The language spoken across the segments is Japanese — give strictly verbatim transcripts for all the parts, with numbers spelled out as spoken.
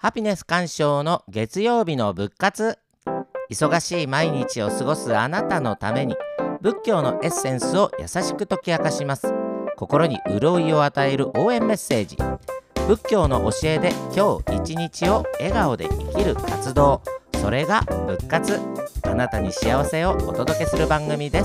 ハピネス鑑賞の月曜日の仏活。忙しい毎日を過ごすあなたのために仏教のエッセンスを優しく解き明かします。心に潤いを与える応援メッセージ。仏教の教えで今日一日を笑顔で生きる活動、それが仏活。あなたに幸せをお届けする番組です。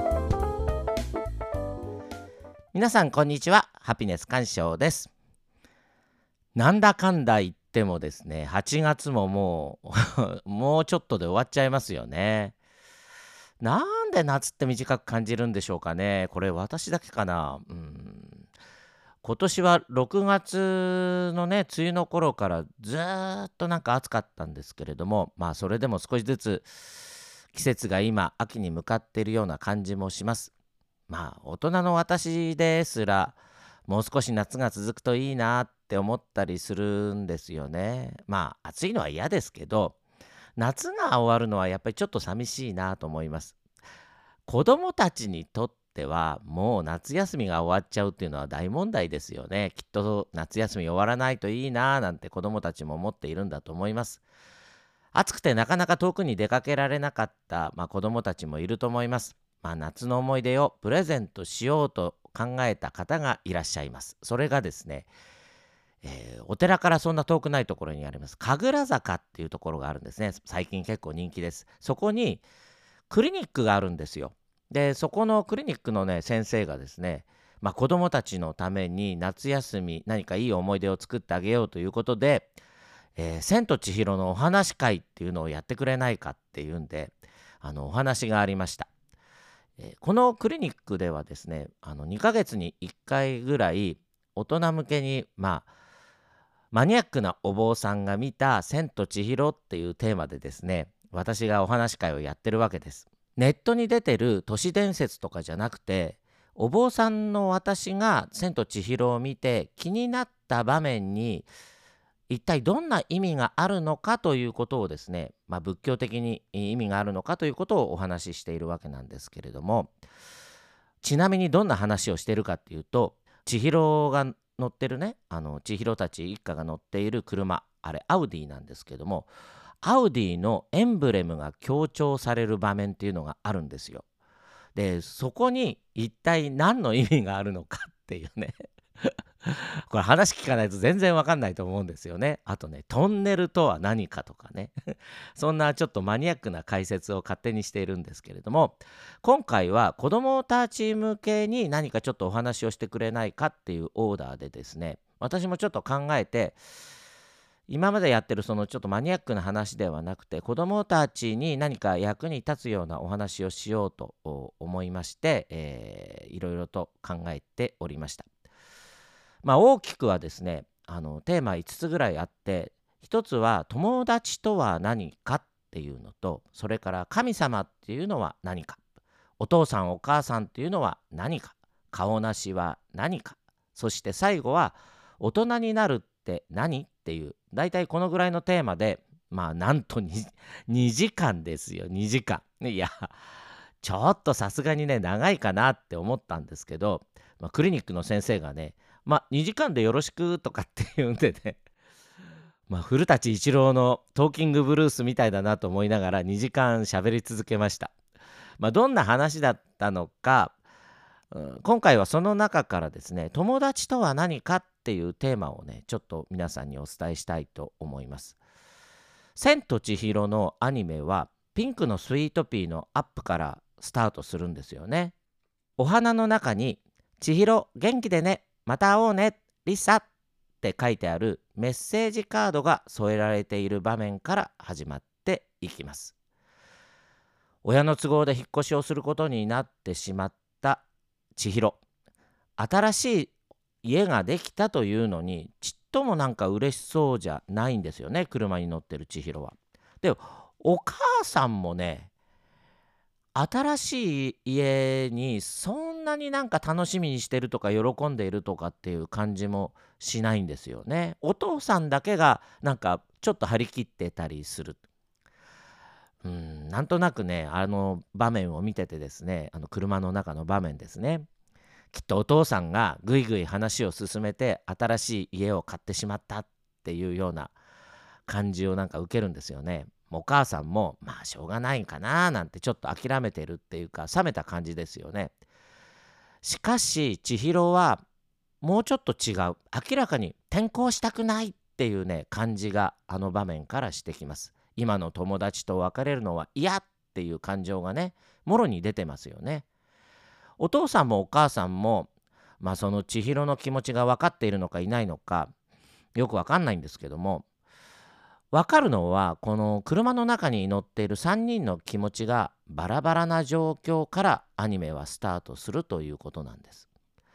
皆さんこんにちは。ハピネス鑑賞です。なんだかんだ言ってもですね、はちがつももうもうちょっとで終わっちゃいますよね。なんで夏って短く感じるんでしょうかね。これ私だけかな。うん今年はろくがつのね梅雨の頃からずーっとなんか暑かったんですけれども、まあそれでも少しずつ季節が今秋に向かっているような感じもします。まあ大人の私ですらもう少し夏が続くといいなって思ったりするんですよね。まあ暑いのは嫌ですけど、夏が終わるのはやっぱりちょっと寂しいなと思います。子供たちにとってはもう夏休みが終わっちゃうっていうのは大問題ですよね。きっと夏休み終わらないといいななんて子供たちも思っているんだと思います。暑くてなかなか遠くに出かけられなかった、まあ、子供たちもいると思います。まあ、夏の思い出をプレゼントしようと考えた方がいらっしゃいます。それがですね、えーお寺からそんな遠くないところにあります神楽坂っていうところがあるんですね。最近結構人気です。そこにクリニックがあるんですよ。でそこのクリニックのね先生がですね、まあ、子どもたちのために夏休み何かいい思い出を作ってあげようということで、えー千と千尋のお話会っていうのをやってくれないかっていうんで、あのお話がありました。えーこのクリニックではですね、あのにかげつにいっかいぐらい大人向けに、まあマニアックなお坊さんが見た千と千尋っていうテーマでですね、私がお話会をやってるわけです。ネットに出てる都市伝説とかじゃなくて、お坊さんの私が千と千尋を見て気になった場面に一体どんな意味があるのかということをですね、まあ、仏教的に意味があるのかということをお話ししているわけなんですけれども、ちなみにどんな話をしているかっていうと、千尋が乗ってるね、あの千尋たち一家が乗っている車、あれアウディなんですけども、アウディのエンブレムが強調される場面っていうのがあるんですよ。でそこに一体何の意味があるのかっていうねこれ話聞かないと全然わかんないと思うんですよね。あとね、トンネルとは何かとかねそんなちょっとマニアックな解説を勝手にしているんですけれども、今回は子どもたち向けに何かちょっとお話をしてくれないかっていうオーダーでですね、私もちょっと考えて、今までやってるそのちょっとマニアックな話ではなくて、子どもたちに何か役に立つようなお話をしようと思いまして、えーいろいろと考えておりました。まあ、大きくはですね、あのテーマいつつぐらいあって、一つは友達とは何かっていうのと、それから神様っていうのは何か、お父さんお母さんっていうのは何か、顔なしは何か、そして最後は大人になるって何っていう、だいたいこのぐらいのテーマで、まあなんと に, にじかんですよ。にじかん。いやちょっとさすがにね長いかなって思ったんですけど、まあ、クリニックの先生がね、まあにじかんでよろしくとかって言うんでねまあ古舘一郎のトーキングブルースみたいだなと思いながらにじかん喋り続けました。まあ、どんな話だったのか、うん、今回はその中からですね、友達とは何かっていうテーマをね、ちょっと皆さんにお伝えしたいと思います。千と千尋のアニメはピンクのスイートピーのアップからスタートするんですよね。お花の中に千尋元気でね、また会おうね、リサって書いてあるメッセージカードが添えられている場面から始まっていきます。親の都合で引っ越しをすることになってしまった千尋、新しい家ができたというのにちっともなんか嬉しそうじゃないんですよね、車に乗ってる千尋は。でお母さんもね、新しい家にそんなになんか楽しみにしてるとか喜んでいるとかっていう感じもしないんですよね。お父さんだけがなんかちょっと張り切ってたりする。うん、なんとなくね、あの場面を見ててですね、あの車の中の場面ですね、きっとお父さんがぐいぐい話を進めて新しい家を買ってしまったっていうような感じをなんか受けるんですよね。お母さんもまあしょうがないかななんてちょっと諦めてるっていうか、冷めた感じですよね。しかし千尋はもうちょっと違う、明らかに転校したくないっていうね感じがあの場面からしてきます。今の友達と別れるのは嫌っていう感情がねもろに出てますよね。お父さんもお母さんもまあその千尋の気持ちが分かっているのかいないのかよく分かんないんですけども、分かるのはこの車の中に乗っているさんにんの気持ちがバラバラな状況からアニメはスタートするということなんです。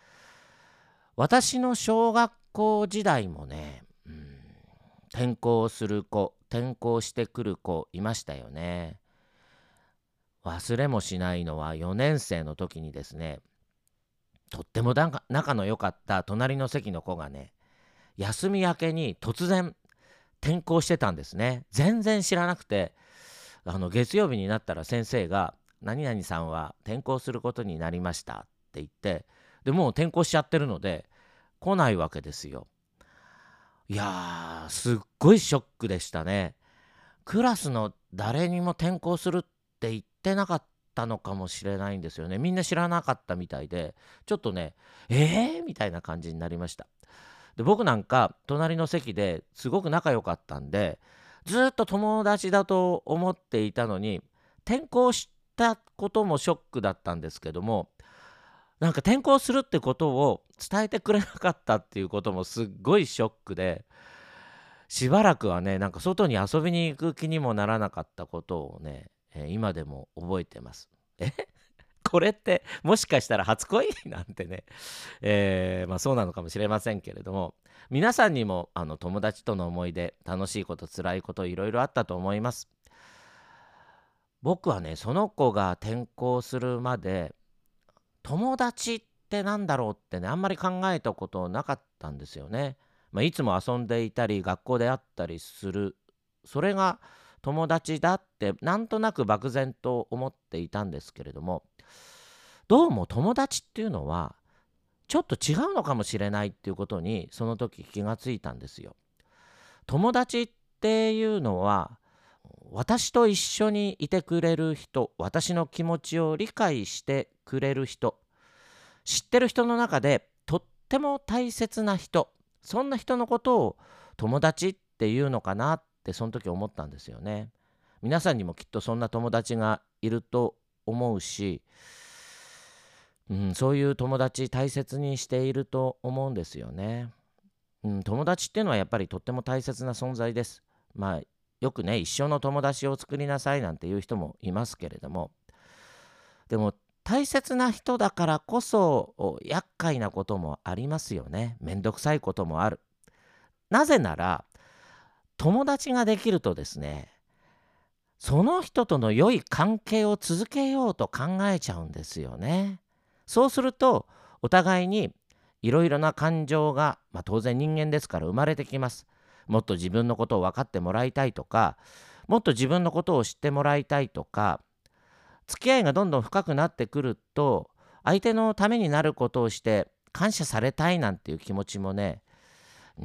私の小学校時代もね、うん、転校する子、転校してくる子いましたよね。忘れもしないのはよねん生の時にですね、とっても仲仲の良かった隣の席の子がね、休み明けに突然転校してたんですね。全然知らなくて、あの月曜日になったら先生が「何々さんは転校することになりました」って言って、でもう転校しちゃってるので来ないわけですよ。いやーすっごいショックでしたね。クラスの誰にも転校するって言ってなかったのかもしれないんですよね。みんな知らなかったみたいで、ちょっとねえーみたいな感じになりました。で僕なんか隣の席ですごく仲良かったんで、ずっと友達だと思っていたのに転校したこともショックだったんですけども、なんか転校するってことを伝えてくれなかったっていうこともすっごいショックで、しばらくはねなんか外に遊びに行く気にもならなかったことをね、えー今でも覚えてます。えこれってもしかしたら初恋なんてね、えーまあ、そうなのかもしれませんけれども、皆さんにもあの友達との思い出、楽しいこと辛いこといろいろあったと思います。僕はねその子が転校するまで友達ってなんだろうってねあんまり考えたことなかったんですよね。まあ、いつも遊んでいたり学校で会ったりする、それが友達だってなんとなく漠然と思っていたんですけれども、どうも友達っていうのはちょっと違うのかもしれないっていうことにその時気がついたんですよ。友達っていうのは私と一緒にいてくれる人、私の気持ちを理解してくれる人、知ってる人の中でとっても大切な人、そんな人のことを友達っていうのかなってその時思ったんですよね。皆さんにもきっとそんな友達がいると思うし、うん、そういう友達大切にしていると思うんですよね。うん、友達っていうのはやっぱりとっても大切な存在です。まあよくね一生の友達を作りなさいなんていう人もいますけれども、でも大切な人だからこそお厄介なこともありますよね。めんどくさいこともある。なぜなら友達ができるとですね、その人との良い関係を続けようと考えちゃうんですよね。そうするとお互いにいろいろな感情が、まあ、当然人間ですから生まれてきます。もっと自分のことを分かってもらいたいとか、もっと自分のことを知ってもらいたいとか、付き合いがどんどん深くなってくると相手のためになることをして感謝されたいなんていう気持ちもね、うん、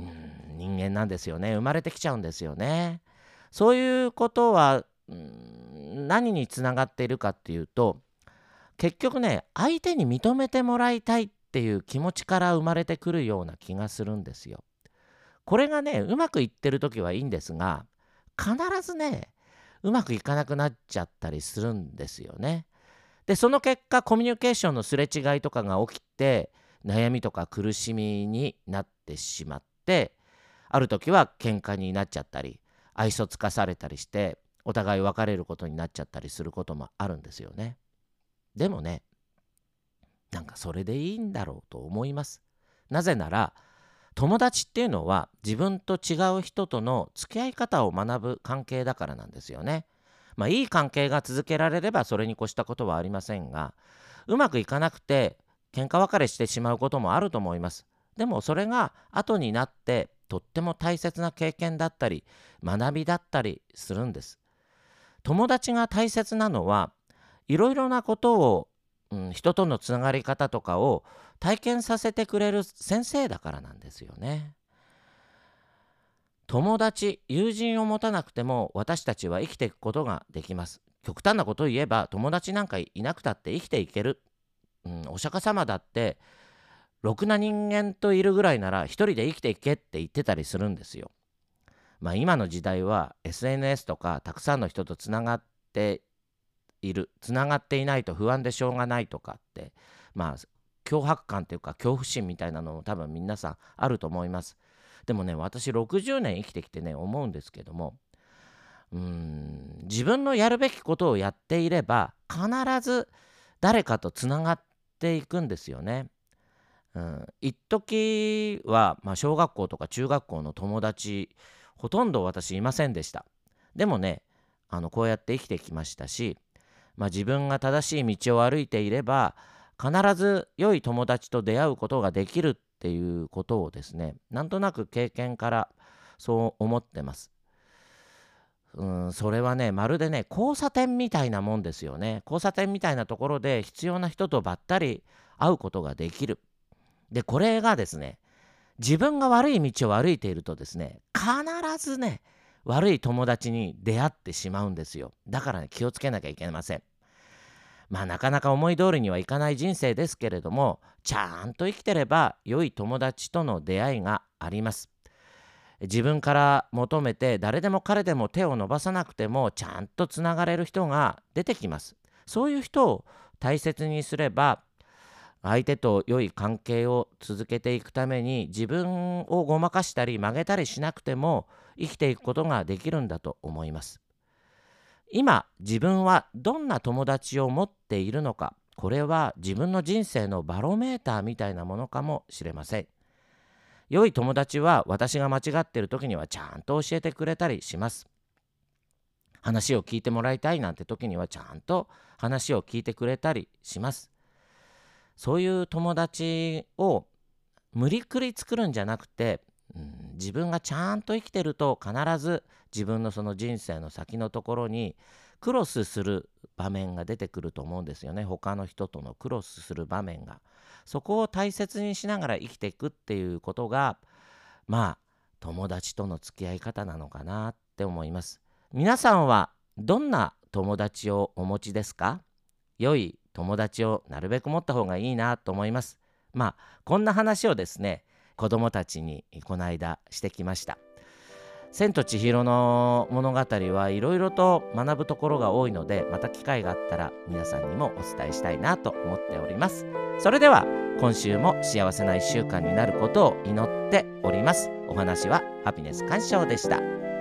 人間なんですよね。生まれてきちゃうんですよね。そういうことは、うん、何につながっているかっていうと、結局ね相手に認めてもらいたいっていう気持ちから生まれてくるような気がするんですよ。これがねうまくいってる時はいいんですが、必ずねうまくいかなくなっちゃったりするんですよね。でその結果コミュニケーションのすれ違いとかが起きて悩みとか苦しみになってしまって、ある時は喧嘩になっちゃったり愛想つかされたりしてお互い別れることになっちゃったりすることもあるんですよね。でもね、なんかそれでいいんだろうと思います。なぜなら友達っていうのは自分と違う人との付き合い方を学ぶ関係だからなんですよね。まあいい関係が続けられればそれに越したことはありませんが、うまくいかなくて喧嘩別れしてしまうこともあると思います。でもそれが後になってとっても大切な経験だったり学びだったりするんです。友達が大切なのはいろいろなことを、うん、人とのつながり方とかを体験させてくれる先生だからなんですよね。 友達、友人を持たなくても私たちは生きていくことができます。極端なことを言えば友達なんかいなくたって生きていける。うん、お釈迦様だってろくな人間といるぐらいなら一人で生きていけって言ってたりするんですよ。まあ今の時代は エスエヌエス とかたくさんの人とつながっている、つながっていないと不安でしょうがないとかって、まあ脅迫感というか恐怖心みたいなのも多分皆さんあると思います。でもね、私ろくじゅうねん生きてきてね思うんですけども、うーん自分のやるべきことをやっていれば必ず誰かとつながっていくんですよね。うん、一時は、まあ、小学校とか中学校の友達ほとんど私いませんでした。でもね、あのこうやって生きてきましたし、まあ、自分が正しい道を歩いていれば必ず良い友達と出会うことができるっていうことをですね、なんとなく経験からそう思ってます。うん、それはね、まるでね、交差点みたいなもんですよね。交差点みたいなところで必要な人とばったり会うことができる。で、これがですね、自分が悪い道を歩いているとですね、必ずね、悪い友達に出会ってしまうんですよ。だからね、気をつけなきゃいけません。まあなかなか思い通りにはいかない人生ですけれども、ちゃんと生きてれば良い友達との出会いがあります。自分から求めて誰でも彼でも手を伸ばさなくてもちゃんとつながれる人が出てきます。そういう人を大切にすれば、相手と良い関係を続けていくために自分をごまかしたり曲げたりしなくても生きていくことができるんだと思います。今自分はどんな友達を持っているのか、これは自分の人生のバロメーターみたいなものかもしれません。良い友達は私が間違っている時にはちゃんと教えてくれたりします。話を聞いてもらいたいなんて時にはちゃんと話を聞いてくれたりします。そういう友達を無理くり作るんじゃなくて、うん、自分がちゃんと生きてると必ず自分のその人生の先のところにクロスする場面が出てくると思うんですよね。他の人とのクロスする場面が。そこを大切にしながら生きていくっていうことが、まあ友達との付き合い方なのかなって思います。皆さんはどんな友達をお持ちですか？良い友達をなるべく持った方がいいなと思います。まあこんな話をですね、子供たちにこの間してきました。千と千尋の物語はいろいろと学ぶところが多いので、また機会があったら皆さんにもお伝えしたいなと思っております。それでは今週も幸せないっしゅうかんになることを祈っております。お話はハピネス鑑賞でした。